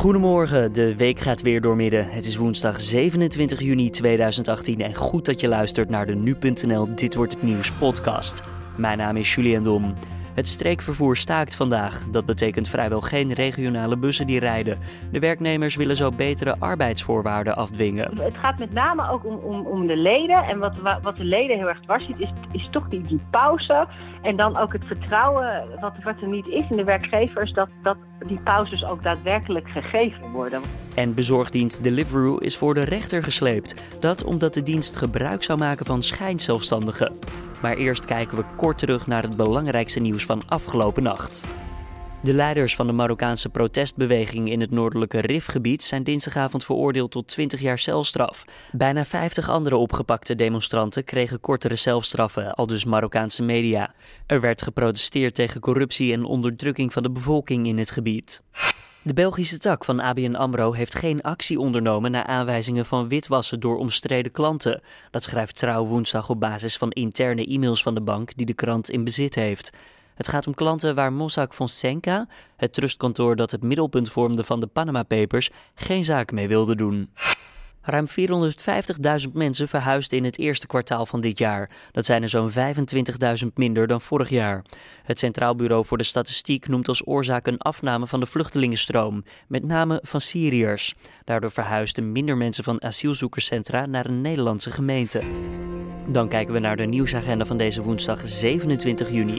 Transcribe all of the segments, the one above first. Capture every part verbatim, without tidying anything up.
Goedemorgen, de week gaat weer doormidden. Het is woensdag zevenentwintig juni tweeduizend achttien en goed dat je luistert naar de nu punt n l Dit Wordt Het Nieuws podcast. Mijn naam is Julien Dom. Het streekvervoer staakt vandaag. Dat betekent vrijwel geen regionale bussen die rijden. De werknemers willen zo betere arbeidsvoorwaarden afdwingen. Het gaat met name ook om, om, om de leden. En wat, wat de leden heel erg dwars zit, is, is toch die, die pauze. En dan ook het vertrouwen wat, wat er niet is in de werkgevers, dat, dat die pauzes ook daadwerkelijk gegeven worden. En bezorgdienst Deliveroo is voor de rechter gesleept. Dat omdat de dienst gebruik zou maken van schijnzelfstandigen. Maar eerst kijken we kort terug naar het belangrijkste nieuws van afgelopen nacht. De leiders van de Marokkaanse protestbeweging in het noordelijke Rifgebied zijn dinsdagavond veroordeeld tot twintig jaar celstraf. Bijna vijftig andere opgepakte demonstranten kregen kortere celstraffen, aldus Marokkaanse media. Er werd geprotesteerd tegen corruptie en onderdrukking van de bevolking in het gebied. De Belgische tak van A B N AMRO heeft geen actie ondernomen na aanwijzingen van witwassen door omstreden klanten. Dat schrijft Trouw woensdag op basis van interne e-mails van de bank die de krant in bezit heeft. Het gaat om klanten waar Mossack Fonseca, het trustkantoor dat het middelpunt vormde van de Panama Papers, geen zaak mee wilde doen. Ruim vierhonderdvijftigduizend mensen verhuisden in het eerste kwartaal van dit jaar. Dat zijn er zo'n vijfentwintigduizend minder dan vorig jaar. Het Centraal Bureau voor de Statistiek noemt als oorzaak een afname van de vluchtelingenstroom, met name van Syriërs. Daardoor verhuisden minder mensen van asielzoekerscentra naar een Nederlandse gemeente. Dan kijken we naar de nieuwsagenda van deze woensdag zevenentwintig juni.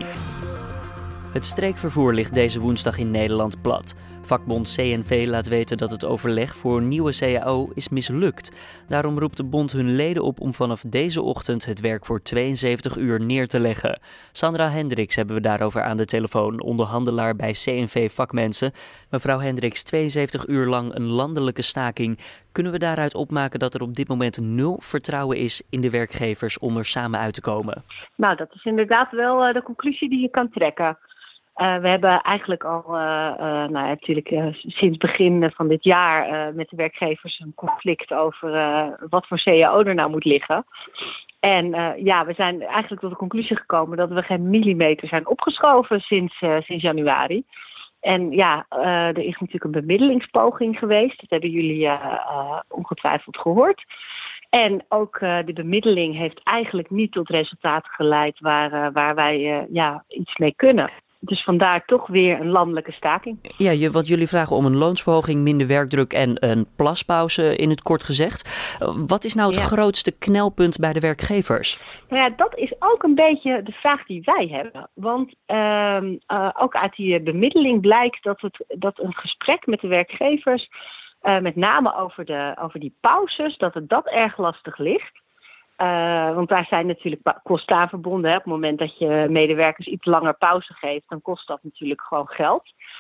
Het streekvervoer ligt deze woensdag in Nederland plat. Vakbond C N V laat weten dat het overleg voor een nieuwe C A O is mislukt. Daarom roept de bond hun leden op om vanaf deze ochtend het werk voor tweeënzeventig uur neer te leggen. Sandra Hendricks hebben we daarover aan de telefoon, onderhandelaar bij C N V Vakmensen. Mevrouw Hendricks, tweeënzeventig uur lang een landelijke staking. Kunnen we daaruit opmaken dat er op dit moment nul vertrouwen is in de werkgevers om er samen uit te komen? Nou, dat is inderdaad wel uh, de conclusie die je kan trekken. Uh, we hebben eigenlijk al uh, uh, nou ja, natuurlijk uh, sinds het begin van dit jaar uh, met de werkgevers een conflict over uh, wat voor C A O er nou moet liggen. En uh, ja, we zijn eigenlijk tot de conclusie gekomen dat we geen millimeter zijn opgeschoven sinds, uh, sinds januari. En ja, uh, er is natuurlijk een bemiddelingspoging geweest. Dat hebben jullie uh, uh, ongetwijfeld gehoord. En ook uh, de bemiddeling heeft eigenlijk niet tot resultaten geleid waar, uh, waar wij uh, ja, iets mee kunnen. Dus vandaar toch weer een landelijke staking. Ja, je, want jullie vragen om een loonsverhoging, minder werkdruk en een plaspauze in het kort gezegd. Wat is nou het ja. grootste knelpunt bij de werkgevers? Nou ja, dat is ook een beetje de vraag die wij hebben. Want uh, uh, ook uit die bemiddeling blijkt dat, het, dat een gesprek met de werkgevers, uh, met name over, de, over die pauzes, dat het dat erg lastig ligt. Uh, want daar zijn natuurlijk kosten aan verbonden. Hè. Op het moment dat je medewerkers iets langer pauze geeft, dan kost dat natuurlijk gewoon geld.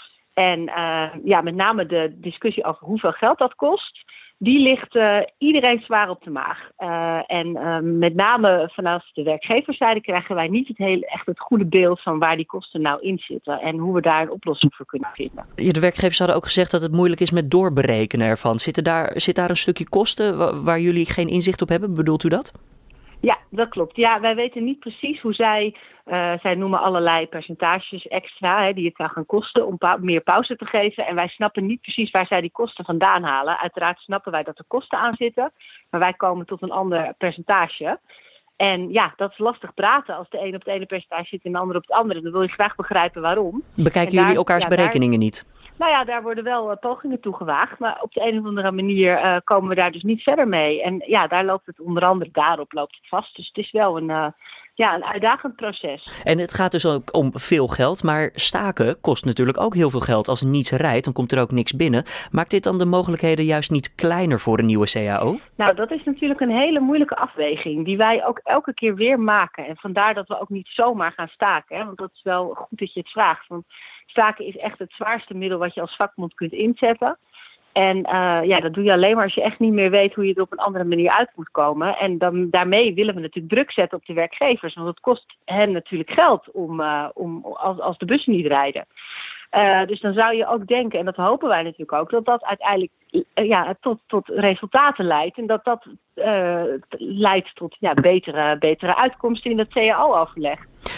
En uh, ja, met name de discussie over hoeveel geld dat kost, die ligt uh, iedereen zwaar op de maag. Uh, en uh, met name vanaf de werkgeverszijde krijgen wij niet het hele, echt het goede beeld van waar die kosten nou in zitten en hoe we daar een oplossing voor kunnen vinden. Ja, de werkgevers hadden ook gezegd dat het moeilijk is met doorberekenen ervan. Zit, er daar, zit daar een stukje kosten waar, waar jullie geen inzicht op hebben? Bedoelt u dat? Ja, dat klopt. Ja, wij weten niet precies hoe zij, uh, zij noemen allerlei percentages extra, hè, die het zou gaan kosten om pa- meer pauze te geven. En wij snappen niet precies waar zij die kosten vandaan halen. Uiteraard snappen wij dat er kosten aan zitten, maar wij komen tot een ander percentage. En ja, dat is lastig praten als de een op het ene percentage zit en de ander op het andere. Dan wil je graag begrijpen waarom. Bekijken daar, jullie elkaars ja, berekeningen daar, niet? Nou ja, daar worden wel uh, pogingen toe gewaagd, maar op de een of andere manier uh, komen we daar dus niet verder mee. En ja, daar loopt het onder andere, daarop loopt het vast. Dus het is wel een, uh, ja, een uitdagend proces. En het gaat dus ook om veel geld, maar staken kost natuurlijk ook heel veel geld. Als niets rijdt, dan komt er ook niks binnen. Maakt dit dan de mogelijkheden juist niet kleiner voor een nieuwe C A O? Nou, dat is natuurlijk een hele moeilijke afweging die wij ook elke keer weer maken. En vandaar dat we ook niet zomaar gaan staken, hè? Want dat is wel goed dat je het vraagt. Want staken is echt het zwaarste middel wat je als vakbond kunt inzetten. En uh, ja, dat doe je alleen maar als je echt niet meer weet hoe je er op een andere manier uit moet komen. En dan, daarmee willen we natuurlijk druk zetten op de werkgevers. Want het kost hen natuurlijk geld om, uh, om, als, als de bussen niet rijden. Uh, dus dan zou je ook denken, en dat hopen wij natuurlijk ook, dat dat uiteindelijk uh, ja, tot, tot resultaten leidt. En dat dat uh, leidt tot ja, betere, betere uitkomsten in het C A O-overleg.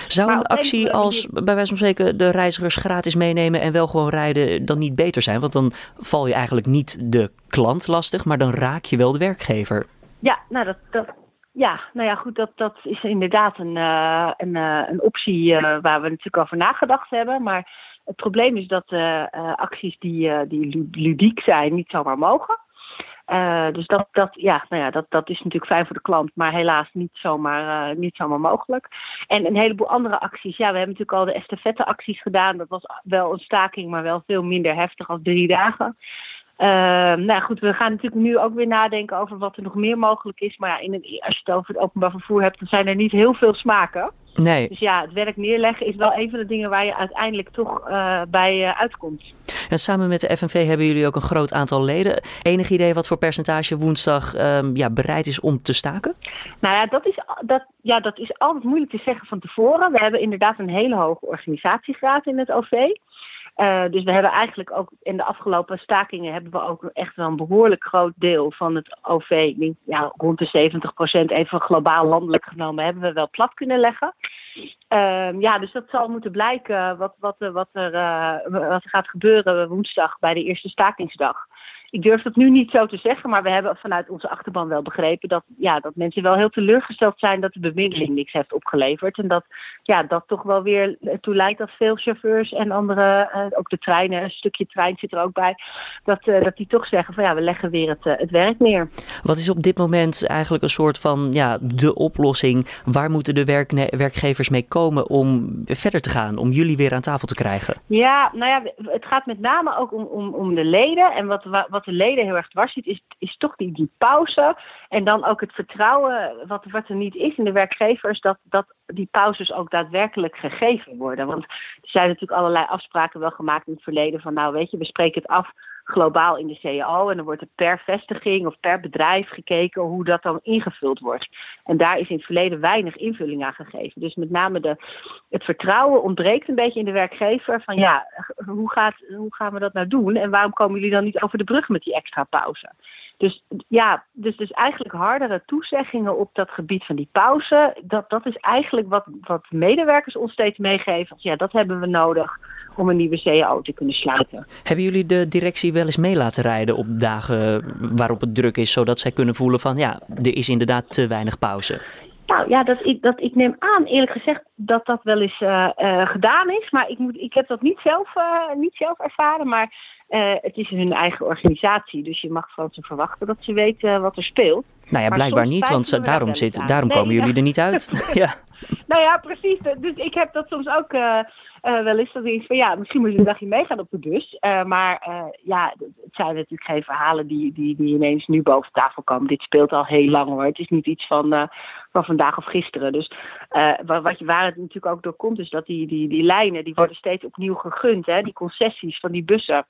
Zou Maar een op een actie of andere als bij wijze van spreken de reizigers gratis meenemen en wel gewoon rijden dan niet beter zijn? Want dan val je eigenlijk niet de klant lastig, maar dan raak je wel de werkgever. Ja, nou dat, dat, ja, nou ja, goed, dat, dat is inderdaad een, uh, een, uh, een optie uh, waar we natuurlijk over nagedacht hebben. Maar het probleem is dat uh, uh, acties die, uh, die ludiek zijn niet zomaar mogen. Uh, dus dat, dat, ja, nou ja, dat, dat is natuurlijk fijn voor de klant, maar helaas niet zomaar, uh, niet zomaar mogelijk. En een heleboel andere acties. Ja, we hebben natuurlijk al de estafette-acties gedaan. Dat was wel een staking, maar wel veel minder heftig als drie dagen. Uh, nou ja, goed, we gaan natuurlijk nu ook weer nadenken over wat er nog meer mogelijk is. Maar ja, in het, als je het over het openbaar vervoer hebt, dan zijn er niet heel veel smaken. Nee. Dus ja, het werk neerleggen is wel een van de dingen waar je uiteindelijk toch uh, bij uh, uitkomt. En samen met de F N V hebben jullie ook een groot aantal leden. Enig idee wat voor percentage woensdag um, ja, bereid is om te staken? Nou ja dat, is, dat, ja, dat is altijd moeilijk te zeggen van tevoren. We hebben inderdaad een hele hoge organisatiegraad in het O V. Uh, dus we hebben eigenlijk ook in de afgelopen stakingen hebben we ook echt wel een behoorlijk groot deel van het O V, ik denk, ja, rond de zeventig procent even globaal landelijk genomen, hebben we wel plat kunnen leggen. Uh, ja, dus dat zal moeten blijken wat, wat, wat, er, uh, wat er gaat gebeuren woensdag bij de eerste stakingsdag. Ik durf dat nu niet zo te zeggen, maar we hebben vanuit onze achterban wel begrepen dat, ja, dat mensen wel heel teleurgesteld zijn dat de bemiddeling niks heeft opgeleverd. En dat ja, dat toch wel weer ertoe leidt dat veel chauffeurs en andere, uh, ook de treinen, een stukje trein zit er ook bij, dat, uh, dat die toch zeggen van ja, we leggen weer het, uh, het werk neer. Wat is op dit moment eigenlijk een soort van ja, de oplossing? Waar moeten de werkne- werkgevers mee komen om verder te gaan, om jullie weer aan tafel te krijgen? Ja, nou ja, het gaat met name ook om, om, om de leden. En wat, wat de leden heel erg dwars zit, is, is toch die, die pauze. En dan ook het vertrouwen wat, wat er niet is in de werkgevers, dat, dat die pauzes ook daadwerkelijk gegeven worden. Want er zijn natuurlijk allerlei afspraken wel gemaakt in het verleden van nou weet je, we spreken het af globaal in de C A O en dan wordt er per vestiging of per bedrijf gekeken hoe dat dan ingevuld wordt. En daar is in het verleden weinig invulling aan gegeven. Dus met name de, het vertrouwen ontbreekt een beetje in de werkgever van ja, hoe, gaat, hoe gaan we dat nou doen en waarom komen jullie dan niet over de brug met die extra pauze? Dus ja, dus, dus eigenlijk hardere toezeggingen op dat gebied van die pauze, dat, dat is eigenlijk wat, wat medewerkers ons steeds meegeven. Ja, dat hebben we nodig om een nieuwe C A O te kunnen sluiten. Hebben jullie de directie wel eens mee laten rijden op dagen waarop het druk is, zodat zij kunnen voelen van ja, er is inderdaad te weinig pauze? Nou ja, dat, ik, dat, ik neem aan eerlijk gezegd dat dat wel eens uh, uh, gedaan is. Maar ik, moet, ik heb dat niet zelf, uh, niet zelf ervaren, maar uh, het is hun eigen organisatie. Dus je mag van ze verwachten dat ze weten uh, wat er speelt. Nou ja, blijkbaar niet, want ze, daarom, zit, daarom nee, komen jullie er niet uit. ja. Nou ja, precies. Dus ik heb dat soms ook uh, uh, wel eens dat ik denk van ja, misschien moet je een dagje meegaan op de bus. Uh, maar uh, ja, het zijn natuurlijk geen verhalen die, die, die ineens nu boven tafel komen. Dit speelt al heel lang hoor. Het is niet iets van, uh, van vandaag of gisteren. Dus uh, wat je, waar het natuurlijk ook door komt is dat die, die, die lijnen die worden steeds opnieuw gegund. Hè? Die concessies van die bussen.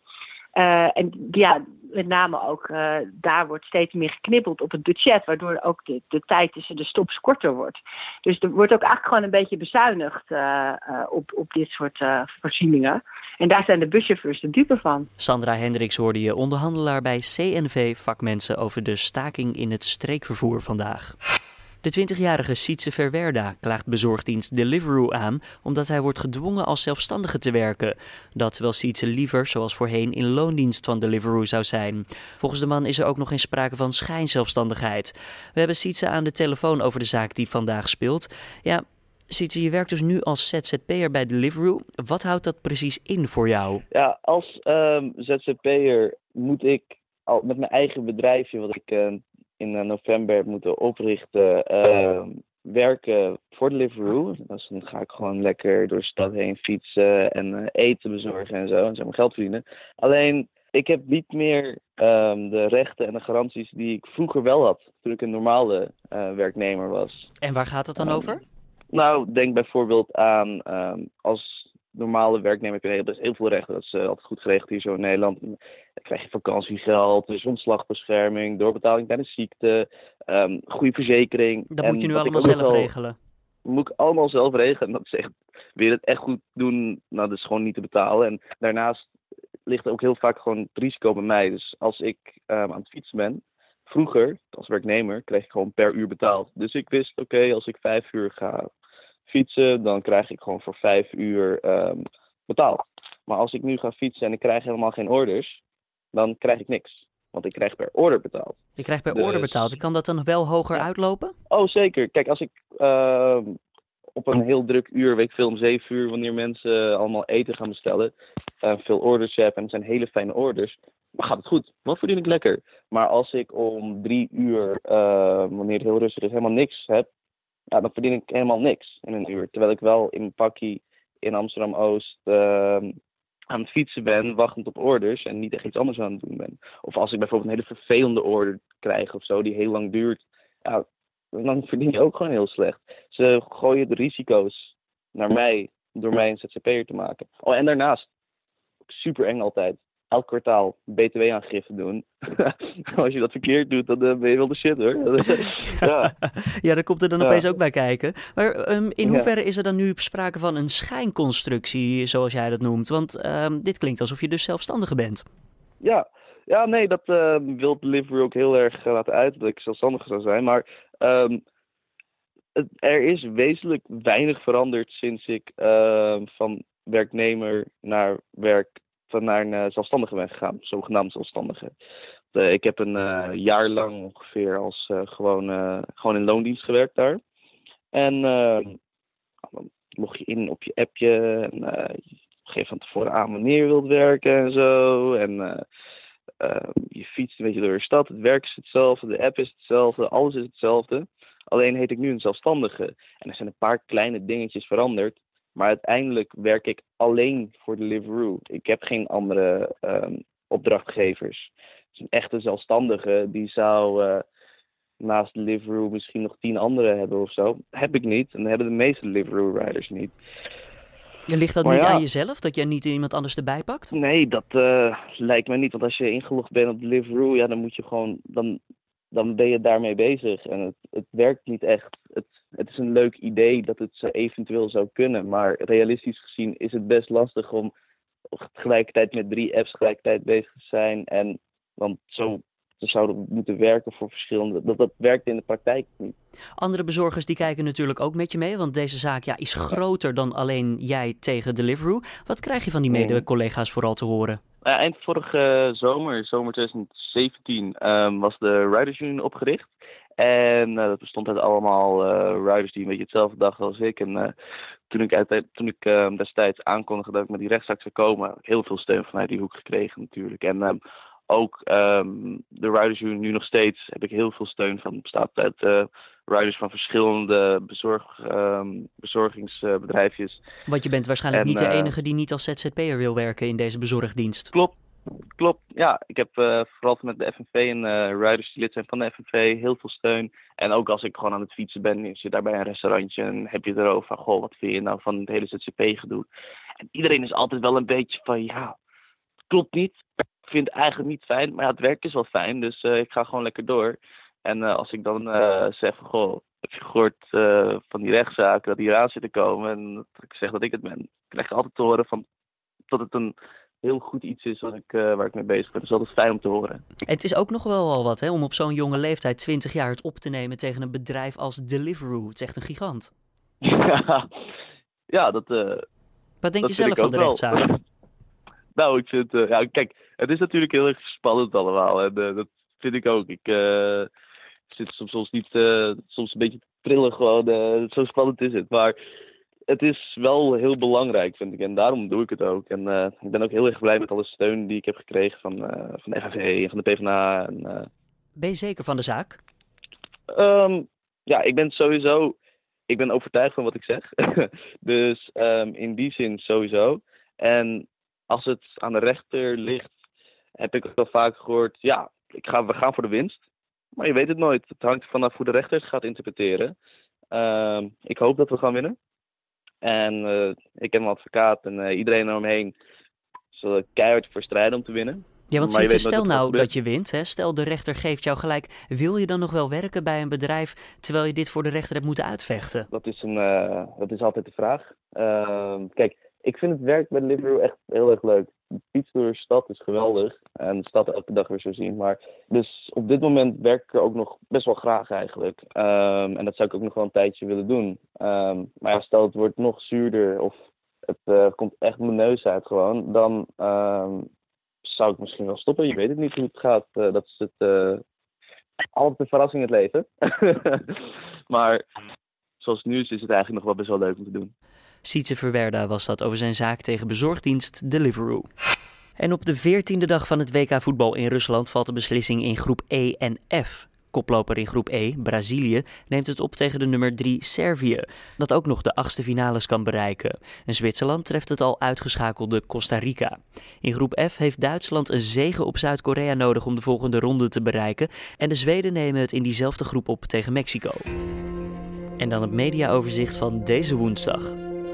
Uh, en ja, met name ook uh, daar wordt steeds meer geknibbeld op het budget, waardoor ook de, de tijd tussen de stops korter wordt. Dus er wordt ook eigenlijk gewoon een beetje bezuinigd uh, uh, op, op dit soort uh, voorzieningen. En daar zijn de buschauffeurs de dupe van. Sandra Hendricks hoorde je, onderhandelaar bij C N V Vakmensen over de staking in het streekvervoer vandaag. De twintigjarige Sietse Verwerda klaagt bezorgdienst Deliveroo aan omdat hij wordt gedwongen als zelfstandige te werken. Dat terwijl Sietse liever, zoals voorheen, in loondienst van Deliveroo zou zijn. Volgens de man is er ook nog geen sprake van schijnzelfstandigheid. We hebben Sietse aan de telefoon over de zaak die vandaag speelt. Ja, Sietse, je werkt dus nu als Z Z P'er bij Deliveroo. Wat houdt dat precies in voor jou? Ja, als um, Z Z P'er moet ik al met mijn eigen bedrijfje, wat ik uh, in november heb moeten oprichten, uh, werken voor Deliveroo. Dus dan ga ik gewoon lekker door de stad heen fietsen en uh, eten bezorgen en zo. En zeg maar geld verdienen. Alleen, ik heb niet meer um, de rechten en de garanties die ik vroeger wel had. Toen ik een normale uh, werknemer was. En waar gaat het dan um, over? Nou, denk bijvoorbeeld aan um, als normale werknemer heb je heel, heel veel rechten. Dat is uh, altijd goed geregeld hier zo in Nederland. Dan krijg je vakantiegeld, dus ontslagbescherming, doorbetaling tijdens ziekte, um, goede verzekering. Dat en moet je nu wat allemaal zelf wel, regelen? Moet ik allemaal zelf regelen. En dat is echt, wil je het echt goed doen, nou, dat is gewoon niet te betalen. En daarnaast ligt er ook heel vaak gewoon het risico bij mij. Dus als ik um, aan het fietsen ben, vroeger als werknemer kreeg ik gewoon per uur betaald. Dus ik wist, oké, okay, als ik vijf uur ga fietsen, dan krijg ik gewoon voor vijf uur um, betaald. Maar als ik nu ga fietsen en ik krijg helemaal geen orders, dan krijg ik niks. Want ik krijg per order betaald. Je krijgt per Dus, order betaald. Kan dat dan wel hoger ja. uitlopen? Oh, zeker. Kijk, als ik uh, op een heel druk uur, weet ik veel, om zeven uur, wanneer mensen allemaal eten gaan bestellen, uh, veel orders heb en het zijn hele fijne orders, dan gaat het goed. Dan verdien ik lekker. Maar als ik om drie uur, uh, wanneer het heel rustig is, helemaal niks heb, ja, dan verdien ik helemaal niks in een uur. Terwijl ik wel in mijn pakkie in Amsterdam-Oost uh, aan het fietsen ben, wachtend op orders en niet echt iets anders aan het doen ben. Of als ik bijvoorbeeld een hele vervelende order krijg of zo, die heel lang duurt, ja, dan verdien je ook gewoon heel slecht. Ze gooien de risico's naar mij door mij een Z Z P'er te maken. Oh, en daarnaast, super eng altijd, elk kwartaal B T W-aangifte doen. Als je dat verkeerd doet, dan uh, ben je wel de shit, hoor. ja. ja, daar komt er dan ja. opeens ook bij kijken. Maar um, in ja. hoeverre is er dan nu sprake van een schijnconstructie, zoals jij dat noemt? Want um, dit klinkt alsof je dus zelfstandige bent. Ja, ja nee, dat uh, wil Deliveroo ook heel erg uh, laten uit, dat ik zelfstandige zou zijn. Maar um, het, er is wezenlijk weinig veranderd sinds ik uh, van werknemer naar werk van naar een uh, zelfstandige ben gegaan, zogenaamd zelfstandige. Uh, ik heb een uh, jaar lang ongeveer als uh, gewoon, uh, gewoon in loondienst gewerkt daar. En uh, dan log je in op je appje en uh, je geeft van tevoren aan wanneer je wilt werken en zo. En uh, uh, je fietst een beetje door de stad, het werk is hetzelfde, de app is hetzelfde, alles is hetzelfde. Alleen heet ik nu een zelfstandige. En er zijn een paar kleine dingetjes veranderd. Maar uiteindelijk werk ik alleen voor Deliveroo. Ik heb geen andere um, opdrachtgevers. Dus een echte zelfstandige, die zou uh, naast Deliveroo misschien nog tien anderen hebben of zo. Heb ik niet. En dat hebben de meeste Deliveroo-riders niet. Ja, ligt dat maar niet ja, aan jezelf, dat jij niet iemand anders erbij pakt? Nee, dat uh, lijkt me niet. Want als je ingelogd bent op Deliveroo, ja, dan moet je gewoon... Dan, dan ben je daarmee bezig. En het, het werkt niet echt. Het, het is een leuk idee dat het zo eventueel zou kunnen. Maar realistisch gezien is het best lastig om tegelijkertijd met drie apps tegelijkertijd bezig te zijn. En want zo zouden we moeten werken voor verschillende... Dat, dat werkt in de praktijk niet. Andere bezorgers die kijken natuurlijk ook met je mee. Want deze zaak ja, is groter dan alleen jij tegen Deliveroo. Wat krijg je van die mede-collega's vooral te horen? Ja, eind vorige zomer, zomer twintig zeventien, um, was de Riders Union opgericht. En uh, dat bestond uit allemaal uh, riders die een beetje hetzelfde dachten als ik. En uh, toen ik, uit, toen ik uh, destijds aankondigde dat ik met die rechtszaak zou komen, heb ik heel veel steun vanuit die hoek gekregen natuurlijk. En um, ook um, de Riders Union nu nog steeds heb ik heel veel steun van. Het bestaat uit uh, riders van verschillende bezorg, um, bezorgingsbedrijfjes. Want je bent waarschijnlijk en, niet de uh, enige die niet als Z Z P'er wil werken in deze bezorgdienst. Klopt. Klopt, ja. Ik heb uh, vooral met de F N V en uh, riders die lid zijn van de F N V heel veel steun. En ook als ik gewoon aan het fietsen ben, je zit daar bij een restaurantje en heb je het erover van, goh, wat vind je nou van het hele Z Z P-gedoe? En iedereen is altijd wel een beetje van, ja, het klopt niet. Ik vind het eigenlijk niet fijn, maar ja, het werk is wel fijn, dus uh, ik ga gewoon lekker door. En uh, als ik dan uh, zeg van, goh, heb je gehoord uh, van die rechtszaak dat die eraan zit te komen en dat ik zeg dat ik het ben, krijg je altijd te horen van, dat het een heel goed iets is wat ik, uh, waar ik mee bezig ben. Dat is altijd fijn om te horen. Het is ook nog wel al wat, hè, om op zo'n jonge leeftijd, twintig jaar, het op te nemen tegen een bedrijf als Deliveroo. Het is echt een gigant. ja, ja, dat... Uh, wat denk dat je zelf van de wel. rechtszaak? nou, ik vind... Uh, ja, kijk, het is natuurlijk heel erg spannend allemaal. En uh, dat vind ik ook. Ik uh, zit soms, soms niet... Uh, soms een beetje te trillen gewoon. Uh, zo spannend is het. Maar het is wel heel belangrijk, vind ik. En daarom doe ik het ook. En uh, ik ben ook heel erg blij met alle steun die ik heb gekregen van, uh, van de F N V en van de P v N A. En, uh, ben je zeker van de zaak? Um, ja, ik ben sowieso... Ik ben overtuigd van wat ik zeg. dus um, in die zin sowieso. En als het aan de rechter ligt, heb ik wel vaak gehoord... Ja, ik ga, we gaan voor de winst. Maar je weet het nooit. Het hangt vanaf hoe de rechter het gaat interpreteren. Um, ik hoop dat we gaan winnen. En uh, ik ken mijn advocaat en uh, iedereen eromheen zal keihard voor strijden om te winnen. Ja, want Sietse, stel nou dat je wint, hè? Stel de rechter geeft jou gelijk. Wil je dan nog wel werken bij een bedrijf terwijl je dit voor de rechter hebt moeten uitvechten? Dat is, een, uh, dat is altijd de vraag. Uh, kijk, ik vind het werk bij Deliveroo echt heel erg leuk. fietsen door de stad is geweldig. En de stad elke dag weer zo zien. Maar dus op dit moment werk ik er ook nog best wel graag eigenlijk. Um, en dat zou ik ook nog wel een tijdje willen doen. Um, maar ja, stel het wordt nog zuurder of het uh, komt echt mijn neus uit gewoon. Dan um, zou ik misschien wel stoppen. Je weet het niet hoe het gaat. Uh, dat is het... Uh, altijd een verrassing in het leven. Maar zoals het nu is, is het eigenlijk nog wel best wel leuk om te doen. Sietse Verwerda was dat over zijn zaak tegen bezorgdienst Deliveroo. En op de veertiende dag van het W K voetbal in Rusland valt de beslissing in groep E en F. Koploper in groep E, Brazilië, neemt het op tegen de nummer drie Servië, dat ook nog de achtste finales kan bereiken. En Zwitserland treft het al uitgeschakelde Costa Rica. In groep F heeft Duitsland een zege op Zuid-Korea nodig om de volgende ronde te bereiken. En de Zweden nemen het in diezelfde groep op tegen Mexico. En dan het mediaoverzicht van deze woensdag.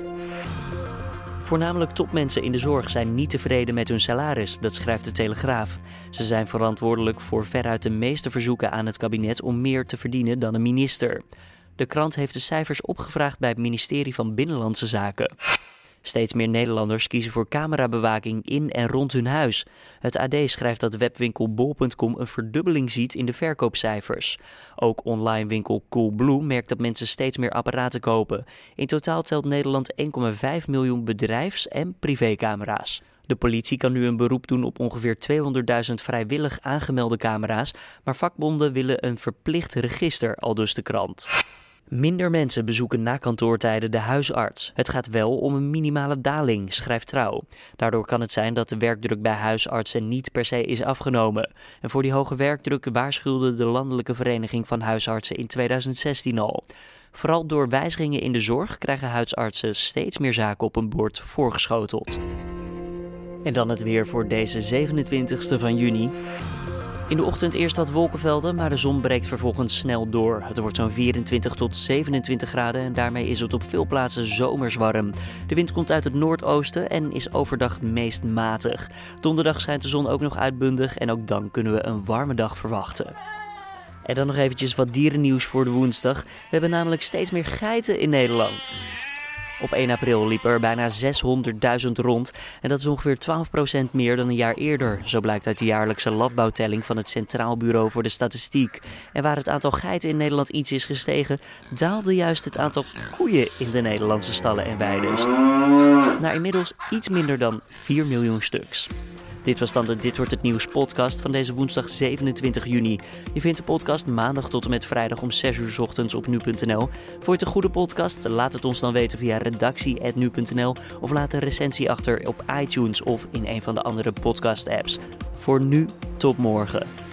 Voornamelijk topmensen in de zorg zijn niet tevreden met hun salaris, dat schrijft de Telegraaf. Ze zijn verantwoordelijk voor veruit de meeste verzoeken aan het kabinet om meer te verdienen dan een minister. De krant heeft de cijfers opgevraagd bij het ministerie van Binnenlandse Zaken. Steeds meer Nederlanders kiezen voor camerabewaking in en rond hun huis. Het A D schrijft dat webwinkel bol punt com een verdubbeling ziet in de verkoopcijfers. Ook online winkel Coolblue merkt dat mensen steeds meer apparaten kopen. In totaal telt Nederland één komma vijf miljoen bedrijfs- en privécamera's. De politie kan nu een beroep doen op ongeveer tweehonderdduizend vrijwillig aangemelde camera's, maar vakbonden willen een verplicht register, aldus de krant. Minder mensen bezoeken na kantoortijden de huisarts. Het gaat wel om een minimale daling, schrijft Trouw. Daardoor kan het zijn dat de werkdruk bij huisartsen niet per se is afgenomen. En voor die hoge werkdruk waarschuwde de Landelijke Vereniging van Huisartsen in tweeduizend zestien al. Vooral door wijzigingen in de zorg krijgen huisartsen steeds meer zaken op een bord voorgeschoteld. En dan het weer voor deze zevenentwintigste van juni. In de ochtend eerst wat wolkenvelden, maar de zon breekt vervolgens snel door. Het wordt zo'n vierentwintig tot zevenentwintig graden en daarmee is het op veel plaatsen zomers warm. De wind komt uit het noordoosten en is overdag meest matig. Donderdag schijnt de zon ook nog uitbundig en ook dan kunnen we een warme dag verwachten. En dan nog eventjes wat dierennieuws voor de woensdag. We hebben namelijk steeds meer geiten in Nederland. Op één april liepen er bijna zeshonderdduizend rond en dat is ongeveer twaalf procent meer dan een jaar eerder. Zo blijkt uit de jaarlijkse landbouwtelling van het Centraal Bureau voor de Statistiek. En waar het aantal geiten in Nederland iets is gestegen, daalde juist het aantal koeien in de Nederlandse stallen en weides. Naar inmiddels iets minder dan vier miljoen stuks. Dit was dan de Dit Wordt Het Nieuws podcast van deze woensdag zevenentwintig juni. Je vindt de podcast maandag tot en met vrijdag om zes uur 's ochtends op nu punt n l. Vond je het een goede podcast? Laat het ons dan weten via redactie apenstaartje nu punt n l of laat een recensie achter op iTunes of in een van de andere podcast apps. Voor nu, tot morgen.